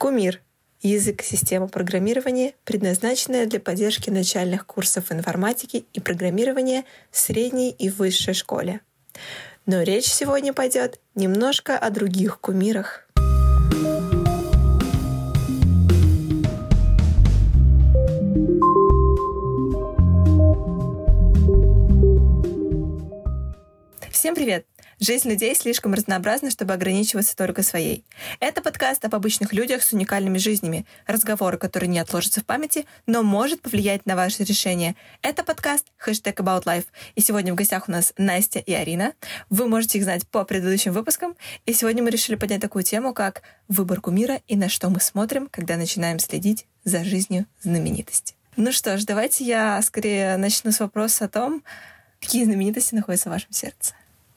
Кумир — язык системы программирования, предназначенная для поддержки начальных курсов информатики и программирования в средней и высшей школе. Но речь сегодня пойдет немножко о других кумирах. Всем привет! Жизнь людей слишком разнообразна, чтобы ограничиваться только своей. Это подкаст об обычных людях с уникальными жизнями, разговоры, которые не отложатся в памяти, но может повлиять на ваше решение. Это подкаст #AboutLife. И сегодня в гостях у нас Настя и Арина. Вы можете их знать по предыдущим выпускам. И сегодня мы решили поднять такую тему, как выбор кумира и на что мы смотрим, когда начинаем следить за жизнью знаменитости. Ну что ж, давайте я скорее начну с вопроса о том, какие знаменитости находятся в вашем сердце.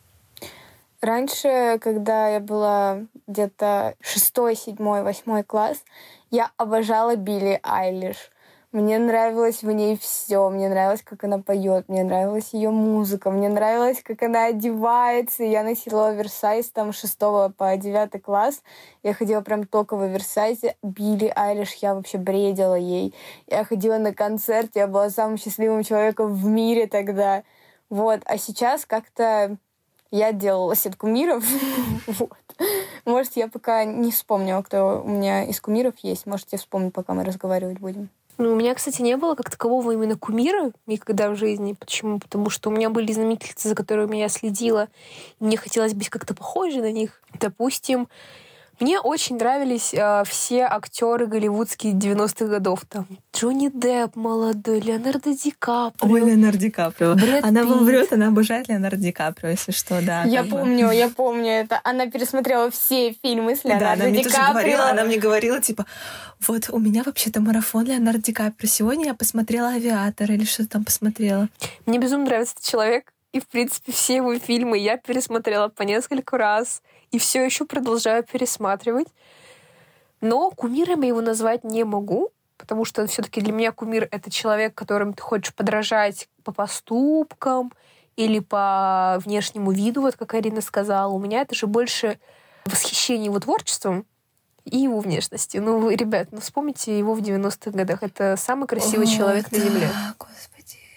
Раньше, когда я была где-то 6, 7, 8 класс, я обожала Билли Айлиш. Мне нравилось в ней все. Мне нравилось, как она поет, мне нравилась ее музыка, мне нравилось, как она одевается. Я носила оверсайз там 6 по 9 класс. Я ходила прям только в оверсайзе. Билли Айлиш, я вообще бредила ей. Я ходила на концерт, я была самым счастливым человеком в мире тогда. Вот. А сейчас как-то я отделалась от кумиров. Вот. Может, я пока не вспомнила, кто у меня из кумиров есть. Можете вспомнить, пока мы разговаривать будем. Ну, у меня, кстати, не было как такового именно кумира никогда в жизни. Почему? Потому что у меня были знаменитости, за которыми я следила. И мне хотелось быть как-то похожей на них. Допустим, мне очень нравились все актеры голливудские 90-х годов. Там Джонни Депп молодой, Леонардо Ди Каприо. Ой, Леонардо Ди Каприо. Брэд Она Питт. вам врет, она обожает Леонардо Ди Каприо, если что, да. Я помню это. Она пересмотрела все фильмы с Да, Леонардо она мне Ди тоже Каприо. говорила, она мне говорила, типа, вот у меня вообще-то марафон Леонардо Ди Каприо. Сегодня я посмотрела «Авиатор» или что-то там посмотрела. Мне безумно нравится этот человек. И, в принципе, все его фильмы я пересмотрела по несколько раз. И все еще продолжаю пересматривать. Но кумиром я его назвать не могу, потому что все-таки для меня кумир — это человек, которым ты хочешь подражать по поступкам или по внешнему виду, вот как Арина сказала. У меня это же больше восхищение его творчеством и его внешностью. Ну, вы, ребят, вспомните его в 90-х годах. Это самый красивый человек на Земле. Господи.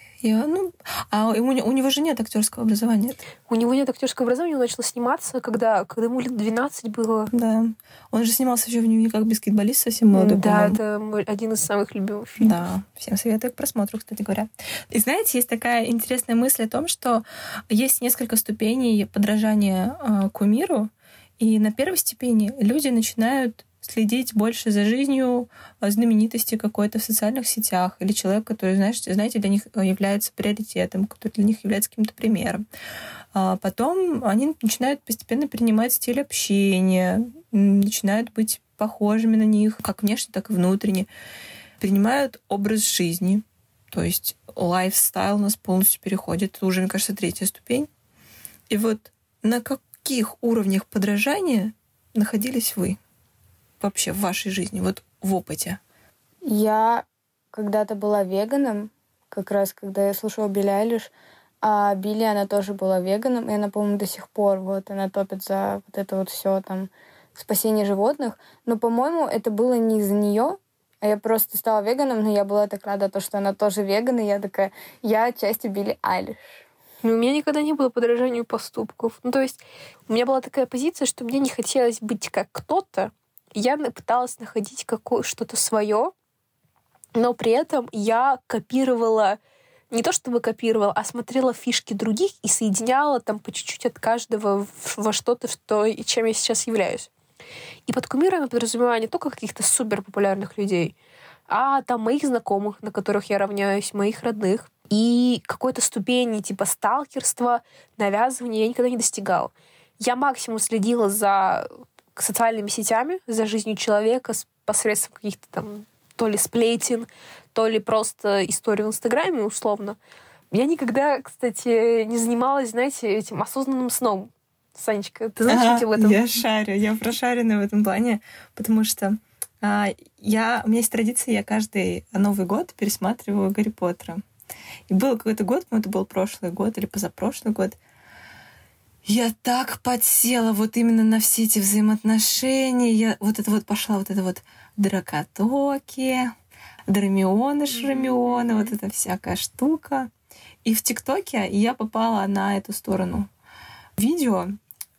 У него же нет актерского образования. У него нет актерского образования, он начал сниматься, когда ему лет 12 было. Да. Он же снимался еще в «Дневниках баскетболиста», совсем молодой, Да, по-моему. это мой один из самых любимых фильмов. Да, всем советую к просмотру, кстати говоря. И знаете, есть такая интересная мысль о том, что есть несколько ступеней подражания кумиру, и на первой ступени люди начинают следить больше за жизнью знаменитости какой-то в социальных сетях или человек, который, знаете, для них является приоритетом, который для них является каким-то примером. Потом они начинают постепенно принимать стиль общения, начинают быть похожими на них, как внешне, так и внутренне. Принимают образ жизни, то есть лайфстайл у нас полностью переходит. Это уже, мне кажется, 3-я ступень. И вот на каких уровнях подражания находились вы вообще в вашей жизни, вот в опыте? Я когда-то была веганом, как раз когда я слушала Билли Айлиш, а Билли, она тоже была веганом, и она, по-моему, до сих пор вот она топит за вот это вот все там спасение животных. Но, по-моему, это было не из-за нее, а я просто стала веганом, но я была так рада, то, что она тоже веган, и я такая, я частью Билли Айлиш. У меня никогда не было подражанию поступков. Ну, то есть у меня была такая позиция, что мне не хотелось быть как кто-то. Я пыталась находить что-то свое, но при этом я копировала, не то чтобы копировала, а смотрела фишки других и соединяла там по чуть-чуть от каждого во что-то, чем я сейчас являюсь. И под кумиром я подразумеваю не только каких-то суперпопулярных людей, а там моих знакомых, на которых я равняюсь, моих родных. И какой-то ступени типа сталкерства, навязывания я никогда не достигала. Я максимум следила за социальными сетями, за жизнью человека посредством каких-то там то ли сплетен, то ли просто истории в Инстаграме, условно. Я никогда, кстати, не занималась, знаете, этим осознанным сном. Санечка, ты знаешь, что в этом? Я шарю, я прошарена в этом плане, потому что у меня есть традиция, я каждый Новый год пересматриваю Гарри Поттера. И был какой-то год, это был прошлый год или позапрошлый год, Я так подсела вот именно на все эти взаимоотношения. Я вот это вот пошла, вот это вот дракотоки, драмионы, шрамионы, вот эта всякая штука. И в ТикТоке я попала на эту сторону видео,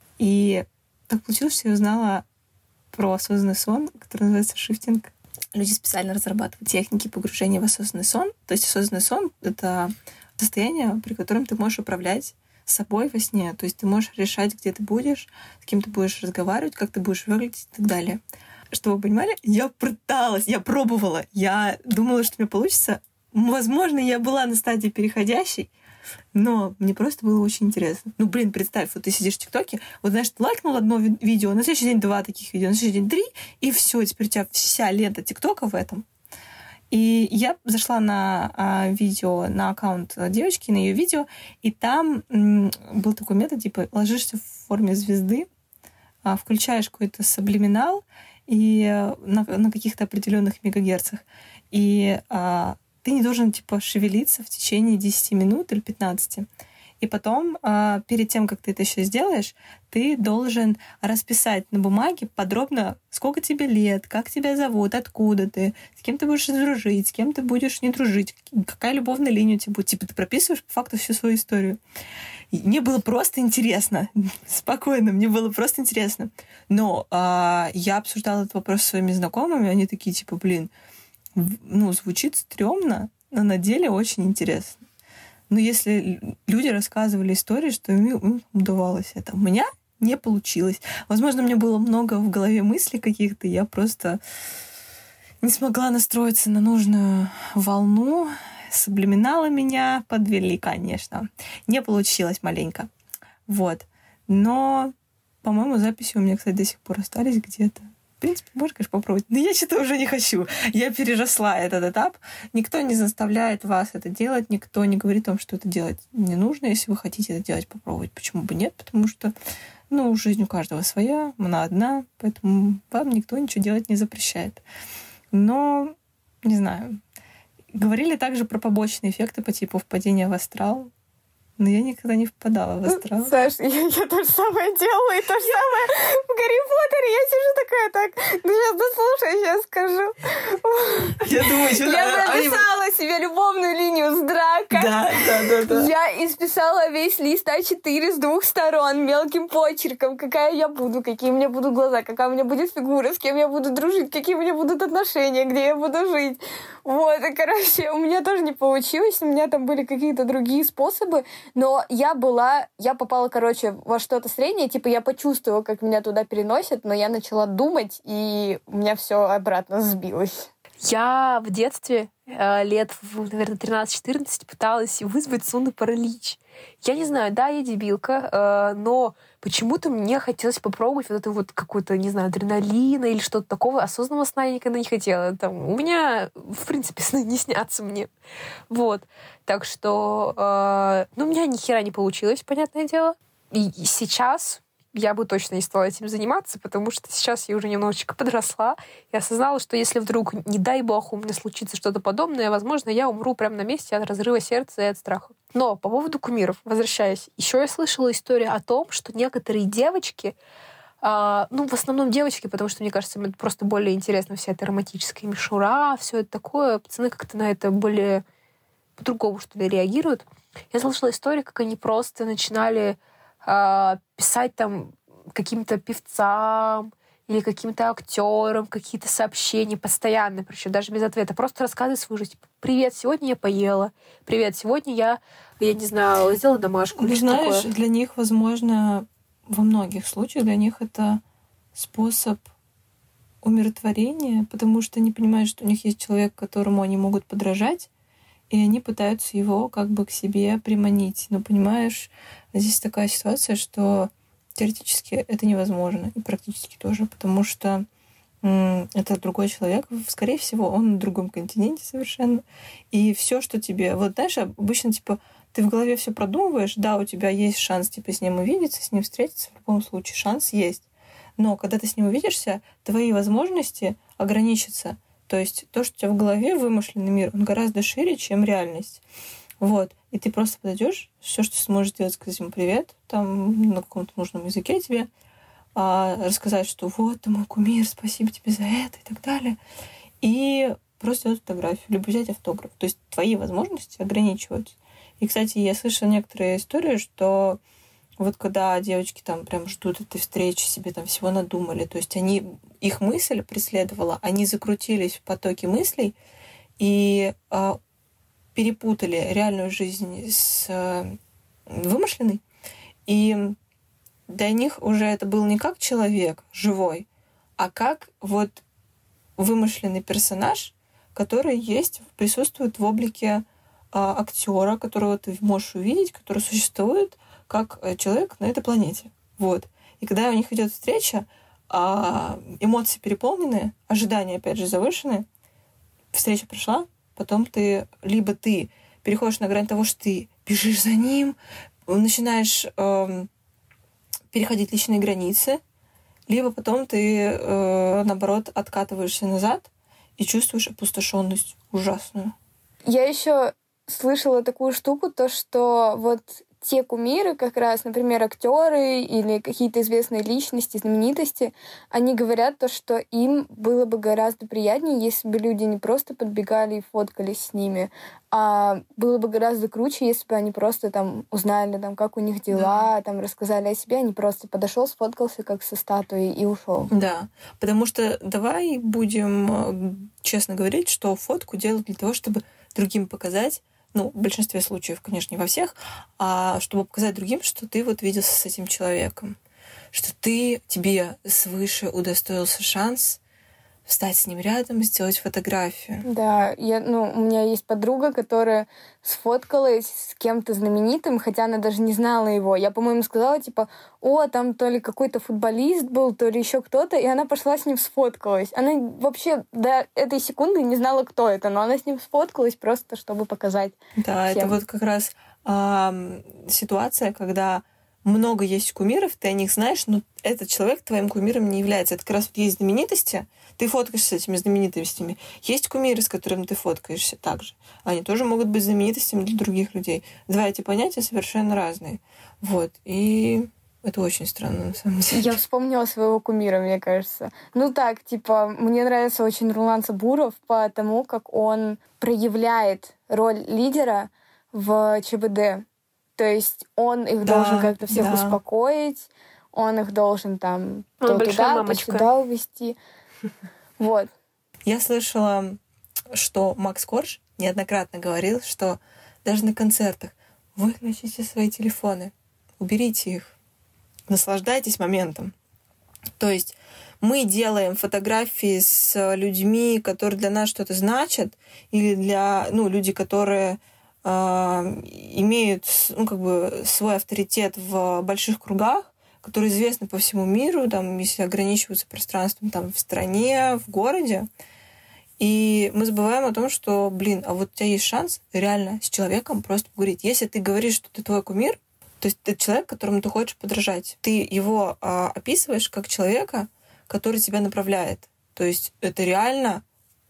и так получилось, что я узнала про осознанный сон, который называется шифтинг. Люди специально разрабатывают техники погружения в осознанный сон. То есть осознанный сон — это состояние, при котором ты можешь управлять собой во сне. То есть ты можешь решать, где ты будешь, с кем ты будешь разговаривать, как ты будешь выглядеть и так далее. Чтобы вы понимали, я пыталась, я пробовала, я думала, что у меня получится. Возможно, я была на стадии переходящей, но мне просто было очень интересно. Ну, блин, представь, вот ты сидишь в ТикТоке, вот, знаешь, ты лайкнул одно видео, на следующий день 2 таких видео, на следующий день 3, и все, теперь у тебя вся лента ТикТока в этом. И я зашла на видео, на аккаунт девочки, на ее видео, и там был такой метод, типа, ложишься в форме звезды, включаешь какой-то саблиминал и на каких-то определенных мегагерцах, и ты не должен, типа, шевелиться в течение 10 минут или 15. И потом, перед тем, как ты это еще сделаешь, ты должен расписать на бумаге подробно, сколько тебе лет, как тебя зовут, откуда ты, с кем ты будешь дружить, с кем ты будешь не дружить, какая любовная линия у тебя будет. Типа ты прописываешь по факту всю свою историю. И мне было просто интересно. Спокойно, мне было просто интересно. Но я обсуждала этот вопрос со своими знакомыми, они такие, типа, блин, ну, звучит стрёмно, но на деле очень интересно. Но если люди рассказывали истории, что им удавалось это, у меня не получилось. Возможно, у меня было много в голове мыслей каких-то, я просто не смогла настроиться на нужную волну. Саблиминалы меня подвели, конечно. Не получилось маленько. Вот. Но, по-моему, записи у меня, кстати, до сих пор остались где-то. В принципе, можно, конечно, попробовать. Но я что-то уже не хочу. Я переросла этот этап. Никто не заставляет вас это делать. Никто не говорит вам, что это делать не нужно. Если вы хотите это делать, попробовать. Почему бы нет? Потому что, ну, жизнь у каждого своя. Она одна. Поэтому вам никто ничего делать не запрещает. Но, не знаю. Говорили также про побочные эффекты по типу впадения в астрал. Но я никогда не впадала в астрал. Саш, я то же самое делаю, и то же самое в Гарри Поттере. Я сижу такая, так, ну сейчас дослушай, сейчас скажу. Я думаю, что... Я написала себе любовную линию с Драко. Да. Я исписала весь лист А4 с 2 сторон мелким почерком, какая я буду, какие у меня будут глаза, какая у меня будет фигура, с кем я буду дружить, какие у меня будут отношения, где я буду жить. Вот, и, короче, у меня тоже не получилось, у меня там были какие-то другие способы, но я попала, короче, во что-то среднее, типа я почувствовала, как меня туда переносят, но я начала думать, и у меня все обратно сбилось. Я в детстве, лет, наверное, 13-14, пыталась вызвать сонный паралич. Я не знаю, да, я дебилка, но почему-то мне хотелось попробовать вот это вот какой-то, не знаю, адреналина или что-то такого. Осознанного сна я никогда не хотела. Там, у меня, в принципе, сны не снятся мне. Вот. Так что, у меня ни хера не получилось, понятное дело. И сейчас я бы точно не стала этим заниматься, потому что сейчас я уже немножечко подросла и осознала, что если вдруг, не дай бог, у меня случится что-то подобное, возможно, я умру прямо на месте от разрыва сердца и от страха. Но по поводу кумиров, возвращаясь, еще я слышала историю о том, что некоторые девочки, в основном девочки, потому что, мне кажется, им просто более интересна вся эта романтическая мишура, все это такое, пацаны как-то на это более по-другому, что ли, реагируют. Я слышала историю, как они просто начинали писать там каким-то певцам или каким-то актерам какие-то сообщения постоянно, причем даже без ответа. Просто рассказывай свою жизнь. Привет, сегодня я поела. Привет, сегодня я не знаю, сделала домашку. Ну, знаешь, такое. Для них, возможно, во многих случаях для них это способ умиротворения, потому что они понимают, что у них есть человек, которому они могут подражать, и они пытаются его как бы к себе приманить. Но, понимаешь, здесь такая ситуация, что теоретически это невозможно, и практически тоже, потому что это другой человек. Скорее всего, он на другом континенте совершенно. И все, что тебе... Вот, знаешь, обычно, типа, ты в голове все продумываешь, да, у тебя есть шанс, типа, с ним увидеться, с ним встретиться, в любом случае шанс есть. Но когда ты с ним увидишься, твои возможности ограничатся. То есть то, что у тебя в голове вымышленный мир, он гораздо шире, чем реальность. Вот. и ты просто подойдешь, все, что сможешь сделать, сказать ему привет, там на каком-то нужном языке тебе, рассказать, что вот ты мой кумир, спасибо тебе за это и так далее. И просто сделать фотографию, либо взять автограф. То есть твои возможности ограничиваются. И, кстати, я слышала некоторые истории, что вот когда девочки там прям ждут этой встречи, себе там всего надумали, то есть их мысль преследовала, они закрутились в потоке мыслей и перепутали реальную жизнь с вымышленной. И для них уже это был не как человек живой, а как вот вымышленный персонаж, который присутствует в облике актера, которого ты можешь увидеть, который существует как человек на этой планете. Вот. И когда у них идет встреча, эмоции переполнены, ожидания, опять же, завышены, встреча пришла, потом ты переходишь на грань того, что ты бежишь за ним, начинаешь переходить личные границы, либо потом ты, наоборот, откатываешься назад и чувствуешь опустошенность ужасную. Я еще слышала такую штуку, то что вот те кумиры, как раз, например, актеры или какие-то известные личности, знаменитости, они говорят то, что им было бы гораздо приятнее, если бы люди не просто подбегали и фоткались с ними, а было бы гораздо круче, если бы они просто там узнали, там, как у них дела, там, рассказали о себе, а не просто подошел, сфоткался как со статуей и ушел. Да, потому что давай будем честно говорить, что фотку делают для того, чтобы другим показать, в большинстве случаев, конечно, не во всех, а чтобы показать другим, что ты вот виделся с этим человеком, что тебе свыше удостоился шанс встать с ним рядом, сделать фотографию. Да, у меня есть подруга, которая сфоткалась с кем-то знаменитым, хотя она даже не знала его. Я, по-моему, сказала, там то ли какой-то футболист был, то ли еще кто-то, и она пошла с ним сфоткалась. Она вообще до этой секунды не знала, кто это, но она с ним сфоткалась просто, чтобы показать. Да, всем. Это вот как раз ситуация, когда много есть кумиров, ты о них знаешь, но этот человек твоим кумиром не является. Это как раз вот есть знаменитости, ты фоткаешься с этими знаменитостями. Есть кумиры, с которыми ты фоткаешься также. Они тоже могут быть знаменитостями для других людей. Два эти понятия совершенно разные. Вот. И это очень странно, на самом деле. Я вспомнила своего кумира, мне кажется. Мне нравится очень Нурлан Сабуров по тому, как он проявляет роль лидера в ЧБД. То есть он их должен как-то всех успокоить, он их должен там то туда, то сюда увести. Вот. Я слышала, что Макс Корж неоднократно говорил, что даже на концертах выключите свои телефоны, уберите их, наслаждайтесь моментом. То есть мы делаем фотографии с людьми, которые для нас что-то значат, или для люди, которые имеют свой авторитет в больших кругах, которые известны по всему миру, там, если ограничиваются пространством там, в стране, в городе. И мы забываем о том, что, а вот у тебя есть шанс реально с человеком просто поговорить. Если ты говоришь, что ты твой кумир, то есть ты человек, которому ты хочешь подражать. Ты его описываешь как человека, который тебя направляет. То есть это реально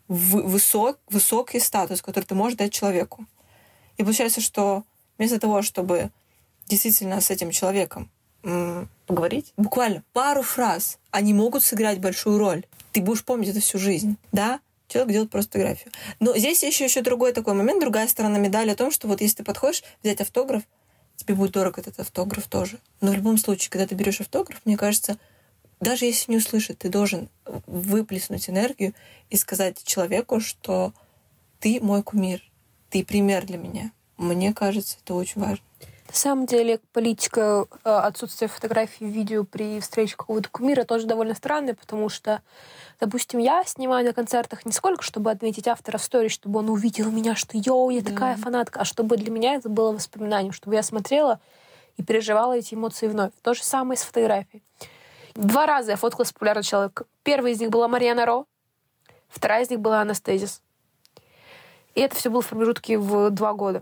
высокий статус, который ты можешь дать человеку. И получается, что вместо того, чтобы действительно с этим человеком поговорить, буквально пару фраз, они могут сыграть большую роль. Ты будешь помнить это всю жизнь, да? Человек делает просто фотографию. Но здесь еще другой такой момент, другая сторона медали о том, что вот если ты подходишь взять автограф, тебе будет дорог этот автограф тоже. Но в любом случае, когда ты берешь автограф, мне кажется, даже если не услышит, ты должен выплеснуть энергию и сказать человеку, что ты мой кумир, ты пример для меня. Мне кажется, это очень важно. На самом деле, политика отсутствия фотографий и видео при встрече какого-то кумира тоже довольно странная, потому что, допустим, я снимаю на концертах не сколько, чтобы отметить автора в сторис, чтобы он увидел меня, что йоу, я такая фанатка, а чтобы для меня это было воспоминанием, чтобы я смотрела и переживала эти эмоции вновь. То же самое с фотографией. 2 раза я фоткала с популярным человеком. Первая из них была Марьяна Ро, вторая из них была Анастезис. И это все было в промежутке в 2 года.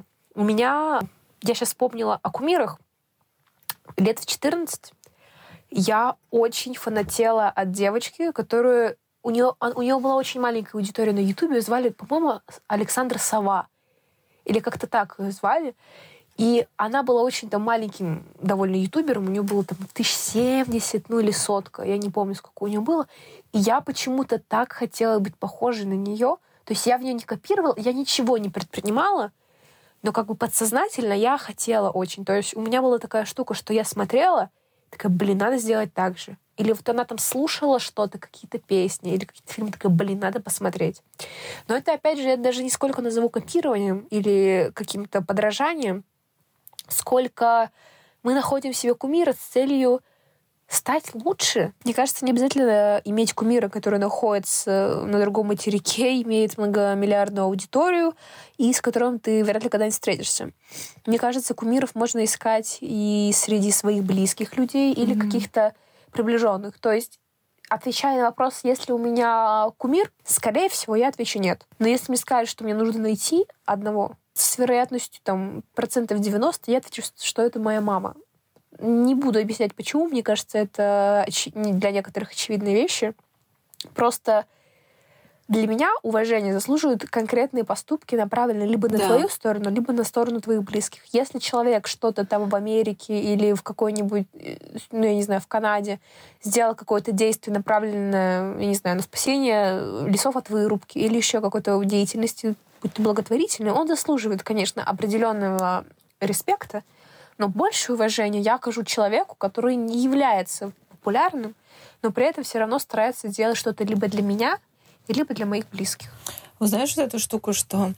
Я сейчас вспомнила о кумирах. Лет в 14 я очень фанатела от девочки, которую... У нее была очень маленькая аудитория на Ютубе. Ее звали, по-моему, Александра Сова. или как-то так ее звали. И она была очень там маленьким довольно ютубером, у нее было там 1070, или 100, я не помню, сколько у нее было. И я почему-то так хотела быть похожей на нее. То есть я в нее не копировала, я ничего не предпринимала, но как бы подсознательно я хотела очень. То есть у меня была такая штука, что я смотрела, такая, надо сделать так же. Или вот она там слушала что-то, какие-то песни или какие-то фильмы, такая, надо посмотреть. Но это, опять же, я даже не сколько назову копированием или каким-то подражанием, сколько мы находим в себе кумира с целью стать лучше. Мне кажется, не обязательно иметь кумира, который находится на другом материке, имеет многомиллиардную аудиторию и с которым ты вряд ли когда-нибудь встретишься. Мне кажется, кумиров можно искать и среди своих близких людей или каких-то приближенных. То есть, отвечая на вопрос, есть ли у меня кумир, скорее всего, я отвечу нет. Но если мне скажут, что мне нужно найти одного, с вероятностью там 90%, я отвечу, что это моя мама. Не буду объяснять, почему. Мне кажется, это для некоторых очевидные вещи. Просто для меня уважение заслуживают конкретные поступки, направленные либо на твою сторону, либо на сторону твоих близких. Если человек что-то там в Америке или в какой-нибудь, я не знаю, в Канаде сделал какое-то действие, направленное, я не знаю, на спасение лесов от вырубки или еще какой-то деятельности, будь то благотворительной, он заслуживает, конечно, определенного респекта, но больше уважения я окажу человеку, который не является популярным, но при этом все равно старается делать что-то либо для меня, либо для моих близких. Вы знаешь вот эту штуку, что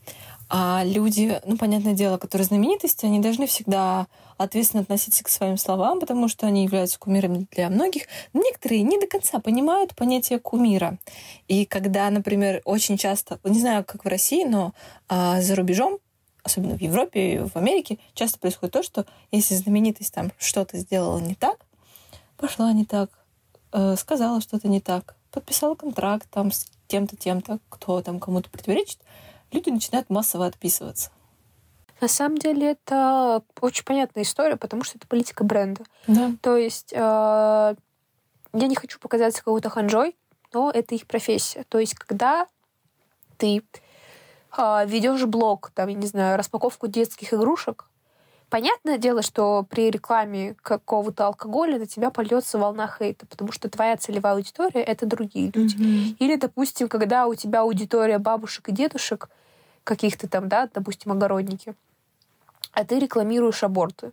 люди, понятное дело, которые знаменитости, они должны всегда ответственно относиться к своим словам, потому что они являются кумирами для многих. Но некоторые не до конца понимают понятие кумира. И когда, например, очень часто, не знаю, как в России, но за рубежом, особенно в Европе и в Америке, часто происходит то, что если знаменитость там что-то сделала не так, пошла не так, сказала что-то не так, подписала контракт там с тем-то, тем-то, кто там кому-то противоречит, люди начинают массово отписываться. На самом деле это очень понятная история, потому что это политика бренда. Да. То есть я не хочу показаться какой-то ханжой, но это их профессия. То есть когда ты ведешь блог, там, я не знаю, распаковку детских игрушек, понятное дело, что при рекламе какого-то алкоголя на тебя польется волна хейта, потому что твоя целевая аудитория — это другие люди. Или, допустим, когда у тебя аудитория бабушек и дедушек, каких-то там, да, допустим, огородники, а ты рекламируешь аборты.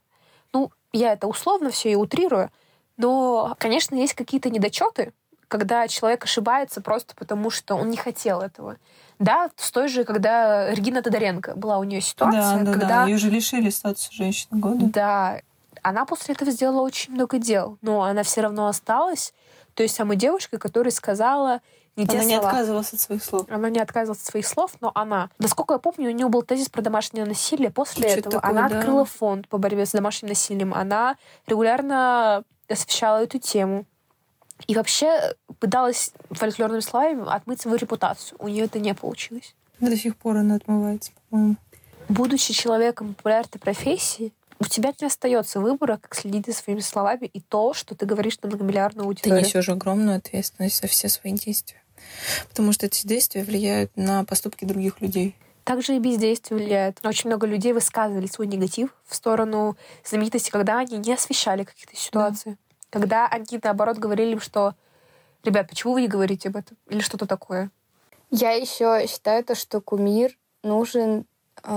Я это условно все и утрирую, но, конечно, есть какие-то недочеты, когда человек ошибается просто потому, что он не хотел этого. Да, с той же, когда Регина Тодоренко была у нее ситуация, когда ее же лишили статуса женщины года. Да, она после этого сделала очень много дел, но она все равно осталась той самой девушкой, которая сказала не те слова. Она не отказывалась от своих слов. Она не отказывалась от своих слов, но она... Насколько я помню, у нее был тезис про домашнее насилие. После этого она открыла фонд по борьбе с домашним насилием. Она регулярно освещала эту тему. И вообще пыталась фольклорными словами отмыть свою репутацию. У нее это не получилось. До сих пор она отмывается, по-моему. Будучи человеком популярной профессии, у тебя не остается выбора, как следить за своими словами и то, что ты говоришь на многомиллиардную аудиторию. Ты несешь огромную ответственность за все свои действия. Потому что эти действия влияют на поступки других людей. Также и бездействие влияет. Очень много людей высказывали свой негатив в сторону знаменитости, когда они не освещали каких-то ситуаций. Да. Когда они, наоборот, говорили им, что «Ребят, почему вы не говорите об этом?» или что-то такое. Я еще считаю, что кумир нужен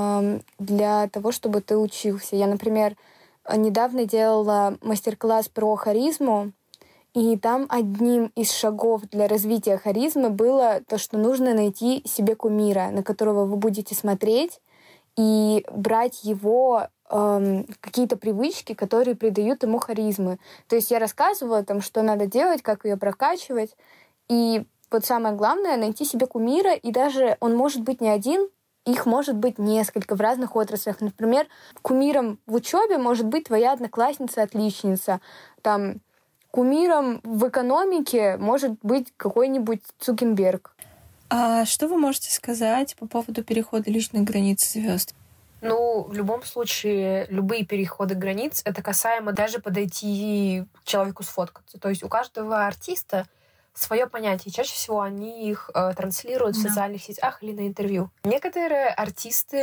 для того, чтобы ты учился. Я, например, недавно делала мастер-класс про харизму, и там одним из шагов для развития харизмы было то, что нужно найти себе кумира, на которого вы будете смотреть, и брать его какие-то привычки, которые придают ему харизмы. То есть я рассказывала там, что надо делать, как ее прокачивать. И вот самое главное — найти себе кумира, и даже он может быть не один, их может быть несколько в разных отраслях. Например, кумиром в учебе может быть твоя одноклассница-отличница. Там кумиром в экономике может быть какой-нибудь Цукерберг. А что вы можете сказать по поводу перехода личных границ звезд? В любом случае, любые переходы границ, это касаемо даже подойти к человеку сфоткаться. То есть у каждого артиста свое понятие. Чаще всего они их транслируют в социальных сетях или на интервью. Некоторые артисты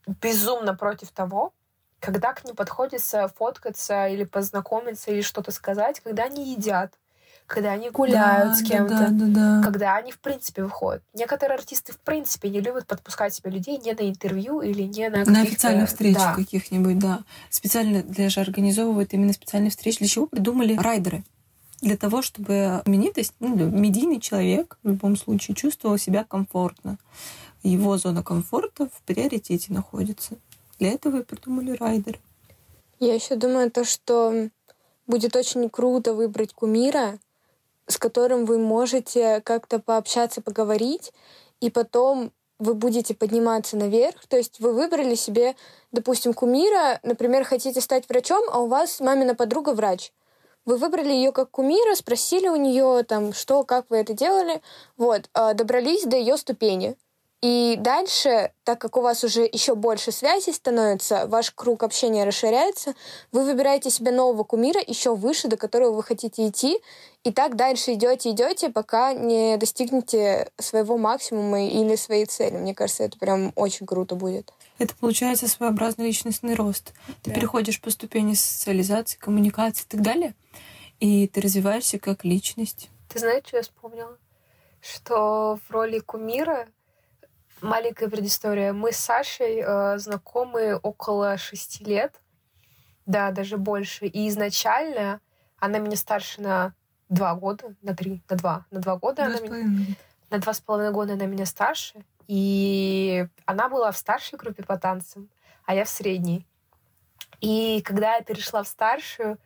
безумно против того, когда к ним подходит фоткаться или познакомиться, или что-то сказать, когда они едят, когда они гуляют с кем-то, когда они в принципе выходят. Некоторые артисты в принципе не любят подпускать себе людей не на интервью или не на на официальных встречах каких-нибудь, да. Специально даже организовывают именно специальные встречи. Для чего придумали райдеры? Для того, чтобы знаменитость, медийный человек в любом случае чувствовал себя комфортно. Его зона комфорта в приоритете находится. Для этого и придумали райдеры. Я еще думаю, что будет очень круто выбрать кумира, с которым вы можете как-то пообщаться, поговорить, и потом вы будете подниматься наверх. То есть вы выбрали себе, допустим, кумира, например, хотите стать врачом, а у вас мамина подруга врач. Вы выбрали ее как кумира, спросили у нее, там, что, как вы это делали, добрались до ее ступени. И дальше, так как у вас уже еще больше связей становится, ваш круг общения расширяется, вы выбираете себе нового кумира еще выше, до которого вы хотите идти, и так дальше идете, пока не достигнете своего максимума или своей цели. Мне кажется, это прям очень круто будет. Это получается своеобразный личностный рост. Ты переходишь по ступени социализации, коммуникации и так далее, и ты развиваешься как личность. Ты знаешь, что я вспомнила? Что в роли кумира маленькая предыстория. Мы с Сашей знакомы около 6 лет. Да, даже больше. И изначально она меня старше на 2 года, на 3, на 2 года. На 2,5 года она меня старше. И она была в старшей группе по танцам, а я в средней. И когда я перешла в старшую,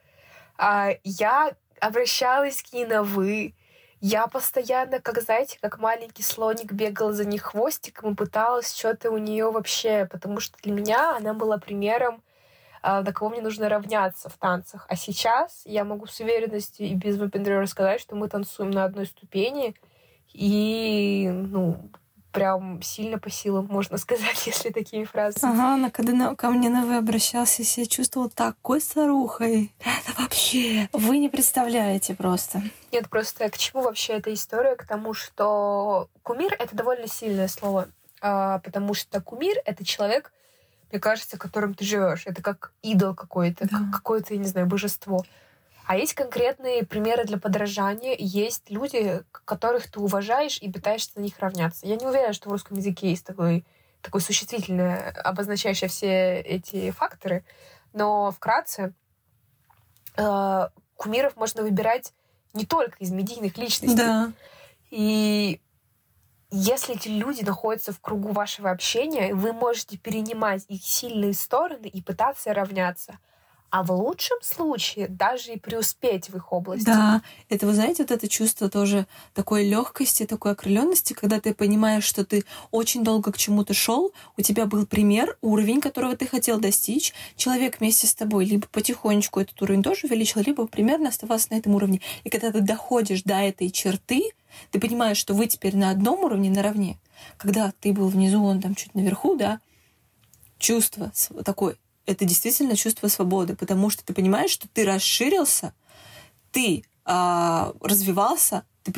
я обращалась к ней на «вы». Я постоянно, как маленький слоник, бегала за ней хвостиком и пыталась что-то у нее вообще, потому что для меня она была примером, на кого мне нужно равняться в танцах. А сейчас я могу с уверенностью и без выпендрёжа сказать, что мы танцуем на одной ступени, и, прям сильно по силам, можно сказать, если такими фразами. Ага, когда ко мне на «вы» обращался, я себя чувствовала такой старухой. Это вообще... Вы не представляете просто. Нет, просто к чему вообще эта история? К тому, что кумир — это довольно сильное слово, потому что кумир — это человек, мне кажется, которым ты живешь. Это как идол какой-то, как какое-то, я не знаю, божество. А есть конкретные примеры для подражания. Есть люди, которых ты уважаешь и пытаешься на них равняться. Я не уверена, что в русском языке есть такой существительное, обозначающее все эти факторы. Но вкратце кумиров можно выбирать не только из медийных личностей. Да. И если эти люди находятся в кругу вашего общения, вы можете перенимать их сильные стороны и пытаться равняться. А в лучшем случае даже и преуспеть в их области. Да, это, вы знаете, вот это чувство тоже такой легкости, такой окрыленности, когда ты понимаешь, что ты очень долго к чему-то шел, у тебя был пример, уровень, которого ты хотел достичь, человек вместе с тобой либо потихонечку этот уровень тоже увеличил, либо примерно оставался на этом уровне. И когда ты доходишь до этой черты, ты понимаешь, что вы теперь на одном уровне наравне. Когда ты был внизу, он там чуть наверху, да, чувство такое. Это действительно чувство свободы, потому что ты понимаешь, что ты расширился, ты развивался, ты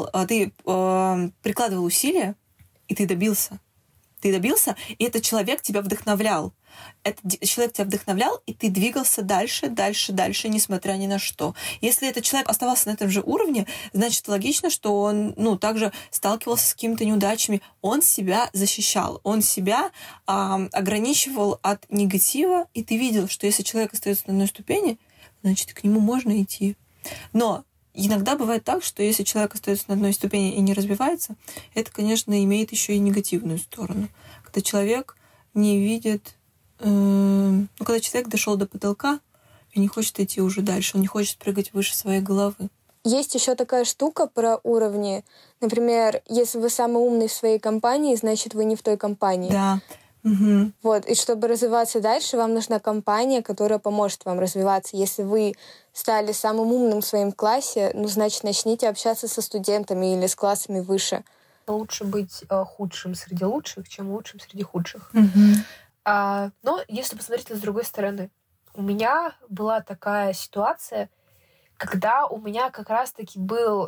прикладывал усилия, и ты добился. Ты добился, и этот человек тебя вдохновлял. Этот человек тебя вдохновлял, и ты двигался дальше, несмотря ни на что. Если этот человек оставался на этом же уровне, значит, логично, что он, также сталкивался с какими-то неудачами. Он себя защищал, он себя ограничивал от негатива, и ты видел, что если человек остается на одной ступени, значит, к нему можно идти. Но иногда бывает так, что если человек остается на одной ступени и не развивается, это, конечно, имеет еще и негативную сторону. Когда человек не видит... когда человек дошел до потолка и не хочет идти уже дальше, он не хочет прыгать выше своей головы. Есть еще такая штука про уровни. Например, если вы самый умный в своей компании, значит, вы не в той компании. Да. Угу. И чтобы развиваться дальше, вам нужна компания, которая поможет вам развиваться. Если вы стали самым умным в своем классе, значит, начните общаться со студентами или с классами выше. Лучше быть худшим среди лучших, чем лучшим среди худших. Угу. Но если посмотреть с другой стороны, у меня была такая ситуация, когда у меня как раз-таки был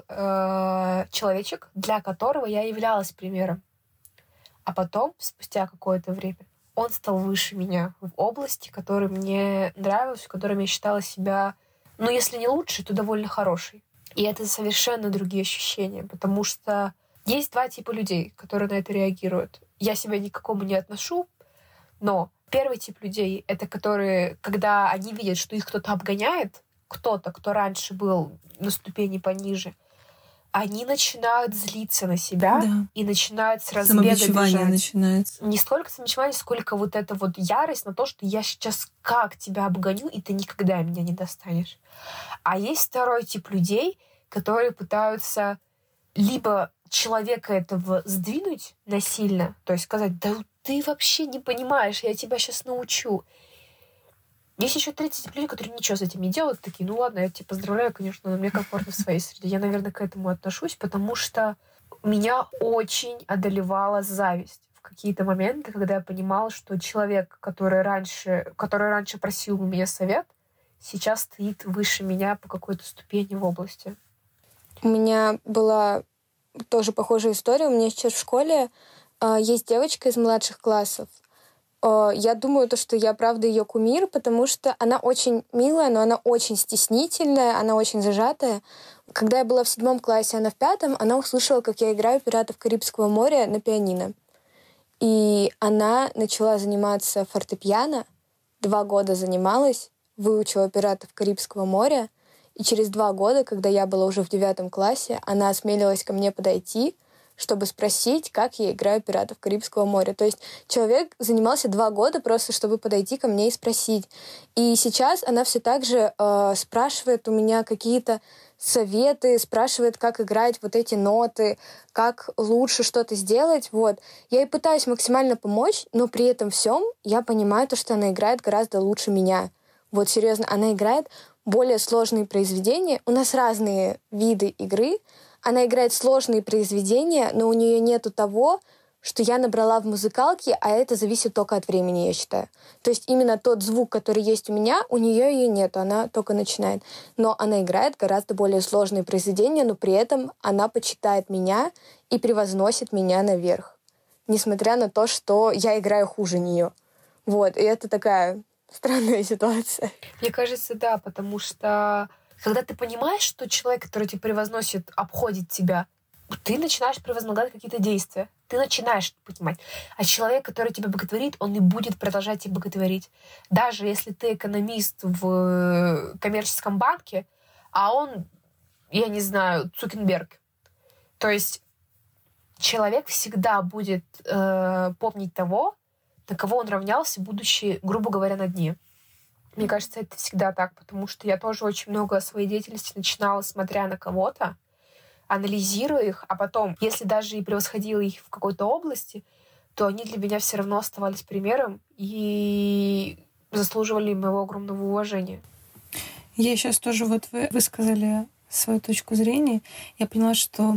человечек, для которого я являлась примером. А потом, спустя какое-то время, он стал выше меня в области, которая мне нравилась, в которой я считала себя, ну, если не лучше, то довольно хорошей. И это совершенно другие ощущения, потому что есть два типа людей, которые на это реагируют. Я себя ни к какому не отношу, но первый тип людей — это которые, когда они видят, что их кто-то обгоняет, кто-то, кто раньше был на ступени пониже, они начинают злиться на себя и начинают с разбега бежать. Начинается. Не столько самобичевание, сколько вот эта вот ярость на то, что я сейчас как тебя обгоню, и ты никогда меня не достанешь. А есть второй тип людей, которые пытаются либо человека этого сдвинуть насильно, то есть сказать: да ты вообще не понимаешь, я тебя сейчас научу. Есть еще 30 людей, которые ничего с этим не делают, такие: ну ладно, я тебя поздравляю, конечно, но мне комфортно в своей среде. Я, наверное, к этому отношусь, потому что меня очень одолевала зависть в какие-то моменты, когда я понимала, что человек, который раньше просил у меня совет, сейчас стоит выше меня по какой-то ступени в области. У меня была тоже похожая история. У меня сейчас в школе есть девочка из младших классов. Я думаю, что я, правда, ее кумир, потому что она очень милая, но она очень стеснительная, она очень зажатая. Когда я была в 7 классе, она в 5, она услышала, как я играю «Пиратов Карибского моря» на пианино. И она начала заниматься фортепиано, 2 года занималась, выучила «Пиратов Карибского моря», и через 2 года, когда я была уже в 9 классе, она осмелилась ко мне подойти, чтобы спросить, как я играю «Пиратов Карибского моря». То есть человек занимался 2 года просто, чтобы подойти ко мне и спросить. И сейчас она все так же спрашивает у меня какие-то советы, спрашивает, как играть вот эти ноты, как лучше что-то сделать. Вот. Я ей пытаюсь максимально помочь, но при этом всем я понимаю то, что она играет гораздо лучше меня. Вот серьезно, она играет более сложные произведения. У нас разные виды игры. Она играет сложные произведения, но у нее нету того, что я набрала в музыкалке, а это зависит только от времени, я считаю. То есть именно тот звук, который есть у меня, у нее ее нет, она только начинает. Но она играет гораздо более сложные произведения, но при этом она почитает меня и превозносит меня наверх, несмотря на то, что я играю хуже нее. Вот, и это такая странная ситуация. Мне кажется, да, потому что когда ты понимаешь, что человек, который тебя превозносит, обходит тебя, ты начинаешь превозмогать какие-то действия. Ты начинаешь понимать. А человек, который тебя боготворит, он и будет продолжать тебя боготворить. Даже если ты экономист в коммерческом банке, а он, я не знаю, Цукерберг. То есть человек всегда будет помнить того, на кого он равнялся, будучи, грубо говоря, на дне. Мне кажется, это всегда так, потому что я тоже очень много своей деятельности начинала, смотря на кого-то, анализируя их, а потом, если даже и превосходила их в какой-то области, то они для меня все равно оставались примером и заслуживали моего огромного уважения. Я сейчас тоже, вот вы высказали свою точку зрения, я поняла, что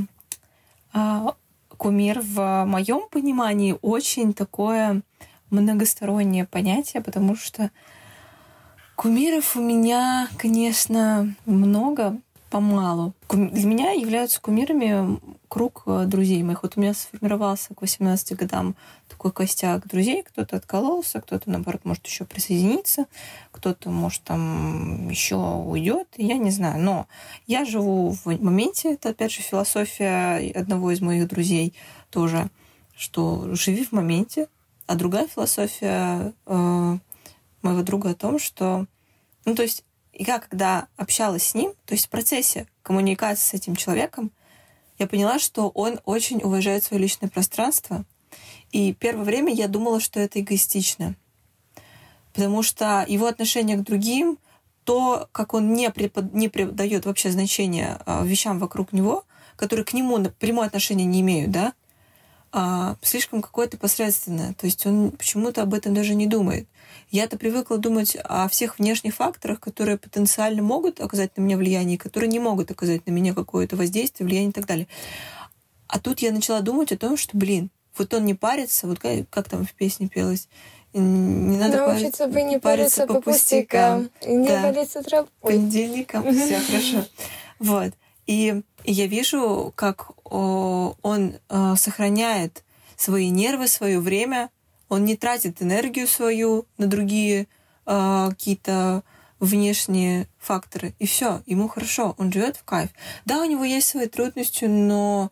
кумир в моем понимании очень такое многостороннее понятие, потому что кумиров у меня, конечно, много, помалу. Для меня являются кумирами круг друзей моих. Вот у меня сформировался к 18 годам такой костяк друзей. Кто-то откололся, кто-то, наоборот, может еще присоединиться, кто-то, может, там еще уйдет, я не знаю. Но я живу в моменте. Это, опять же, философия одного из моих друзей тоже, что живи в моменте. А другая философия моего друга о том, что... Ну, то есть я когда общалась с ним, то есть в процессе коммуникации с этим человеком, я поняла, что он очень уважает свое личное пространство. И первое время я думала, что это эгоистично. Потому что его отношение к другим, то, как он не придает вообще значения вещам вокруг него, которые к нему прямое отношение не имеют, да, слишком какое-то посредственное. То есть он почему-то об этом даже не думает. Я-то привыкла думать о всех внешних факторах, которые потенциально могут оказать на меня влияние, которые не могут оказать на меня какое-то воздействие, влияние и так далее. А тут я начала думать о том, что, вот он не парится, вот как там в песне пелось, не надо научиться бы не париться по пустякам, и не болеть с утра. Понедельникам. Все хорошо. Вот. И я вижу, как он сохраняет свои нервы, свое время Он не тратит энергию свою на другие какие-то внешние факторы. И все, ему хорошо, он живет в кайф. Да, у него есть свои трудности, но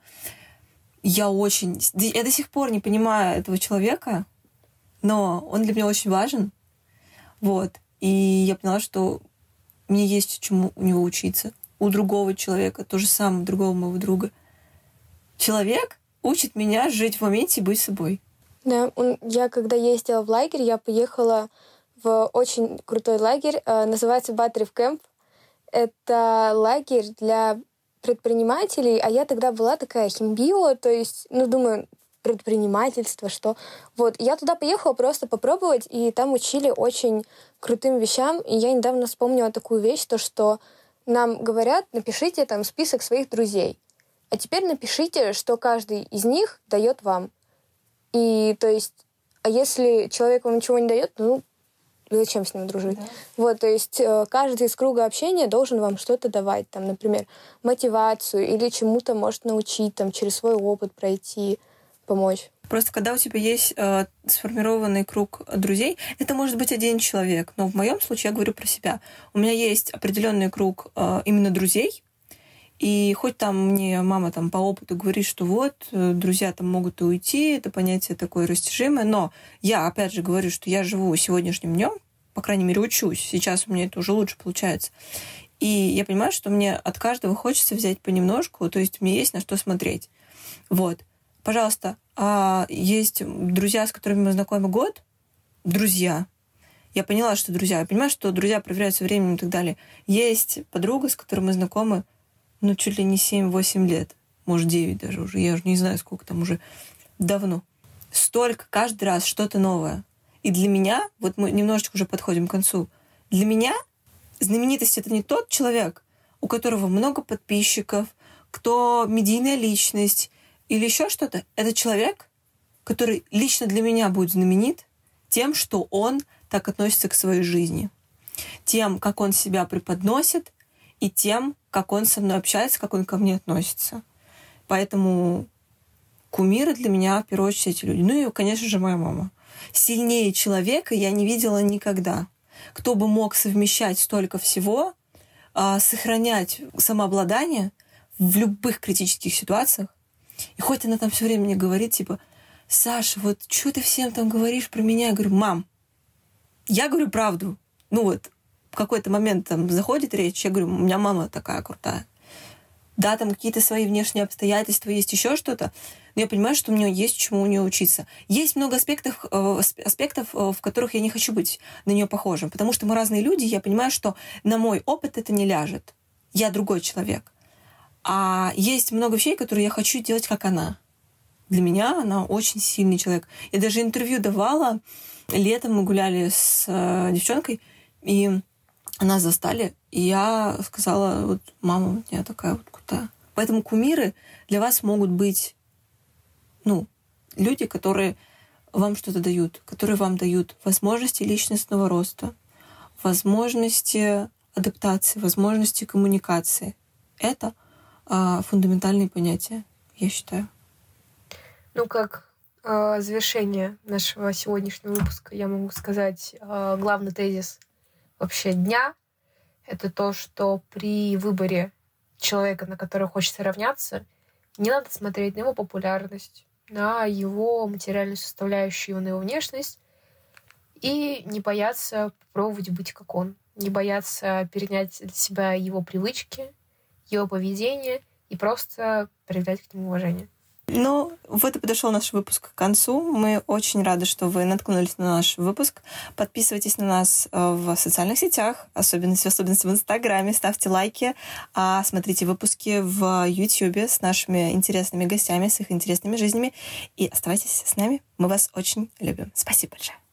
я до сих пор не понимаю этого человека, но он для меня очень важен. Вот. И я поняла, что мне есть чему у него учиться. У другого человека, то же самое, у другого моего друга. Человек учит меня жить в моменте и быть собой. Да, я когда ездила в лагерь, я поехала в очень крутой лагерь, называется Батрев Кэмп. Это лагерь для предпринимателей, а я тогда была такая химбио, то есть, думаю, предпринимательство, что... Вот, я туда поехала просто попробовать, и там учили очень крутым вещам, и я недавно вспомнила такую вещь, то, что нам говорят, напишите там список своих друзей, а теперь напишите, что каждый из них дает вам. И, то есть, а если человек вам ничего не дает, зачем с ним дружить? Да. Вот, то есть каждый из круга общения должен вам что-то давать, там, например, мотивацию или чему-то может научить, там, через свой опыт пройти, помочь. Просто когда у тебя есть сформированный круг друзей, это может быть один человек, но в моем случае я говорю про себя. У меня есть определенный круг именно друзей, и хоть там мне мама там по опыту говорит, что вот, друзья там могут и уйти, это понятие такое растяжимое, но я, опять же, говорю, что я живу сегодняшним днем, по крайней мере, учусь, сейчас у меня это уже лучше получается. И я понимаю, что мне от каждого хочется взять понемножку, то есть мне есть на что смотреть. Вот. Пожалуйста, есть друзья, с которыми мы знакомы год, друзья. Я поняла, что друзья. Я понимаю, что друзья проверяются временем и так далее. Есть подруга, с которой мы знакомы, чуть ли не 7-8 лет. Может, 9 даже уже. Я уже не знаю, сколько там уже давно. Столько, каждый раз что-то новое. И для меня, вот мы немножечко уже подходим к концу, для меня знаменитость — это не тот человек, у которого много подписчиков, кто медийная личность или еще что-то. Это человек, который лично для меня будет знаменит тем, что он так относится к своей жизни, тем, как он себя преподносит, и тем, как он со мной общается, как он ко мне относится. Поэтому кумиры для меня, в первую очередь, эти люди. И, конечно же, моя мама. Сильнее человека я не видела никогда. Кто бы мог совмещать столько всего, сохранять самообладание в любых критических ситуациях. И хоть она там все время мне говорит, типа, Саша, вот что ты всем там говоришь про меня? Я говорю, мам, я говорю правду. В какой-то момент там заходит речь, я говорю, у меня мама такая крутая. Да, там какие-то свои внешние обстоятельства, есть еще что-то, но я понимаю, что у нее есть чему у нее учиться. Есть много аспектов, в которых я не хочу быть на нее похожим, потому что мы разные люди, я понимаю, что на мой опыт это не ляжет. Я другой человек. А есть много вещей, которые я хочу делать, как она. Для меня она очень сильный человек. Я даже интервью давала. Летом мы гуляли с девчонкой, и нас застали, и я сказала, вот мама у меня такая вот крутая. Поэтому кумиры для вас могут быть, люди, которые вам что-то дают, которые вам дают возможности личностного роста, возможности адаптации, возможности коммуникации. Это фундаментальные понятия, я считаю. Как завершение нашего сегодняшнего выпуска я могу сказать главный тезис вообще дня — это то, что при выборе человека, на которого хочется равняться, не надо смотреть на его популярность, на его материальную составляющую, на его внешность, и не бояться попробовать быть как он, не бояться перенять для себя его привычки, его поведение и просто проявлять к нему уважение. Вот и подошел наш выпуск к концу. Мы очень рады, что вы наткнулись на наш выпуск. Подписывайтесь на нас в социальных сетях, особенно в Инстаграме, ставьте лайки, смотрите выпуски в Ютьюбе с нашими интересными гостями, с их интересными жизнями. И оставайтесь с нами. Мы вас очень любим. Спасибо большое.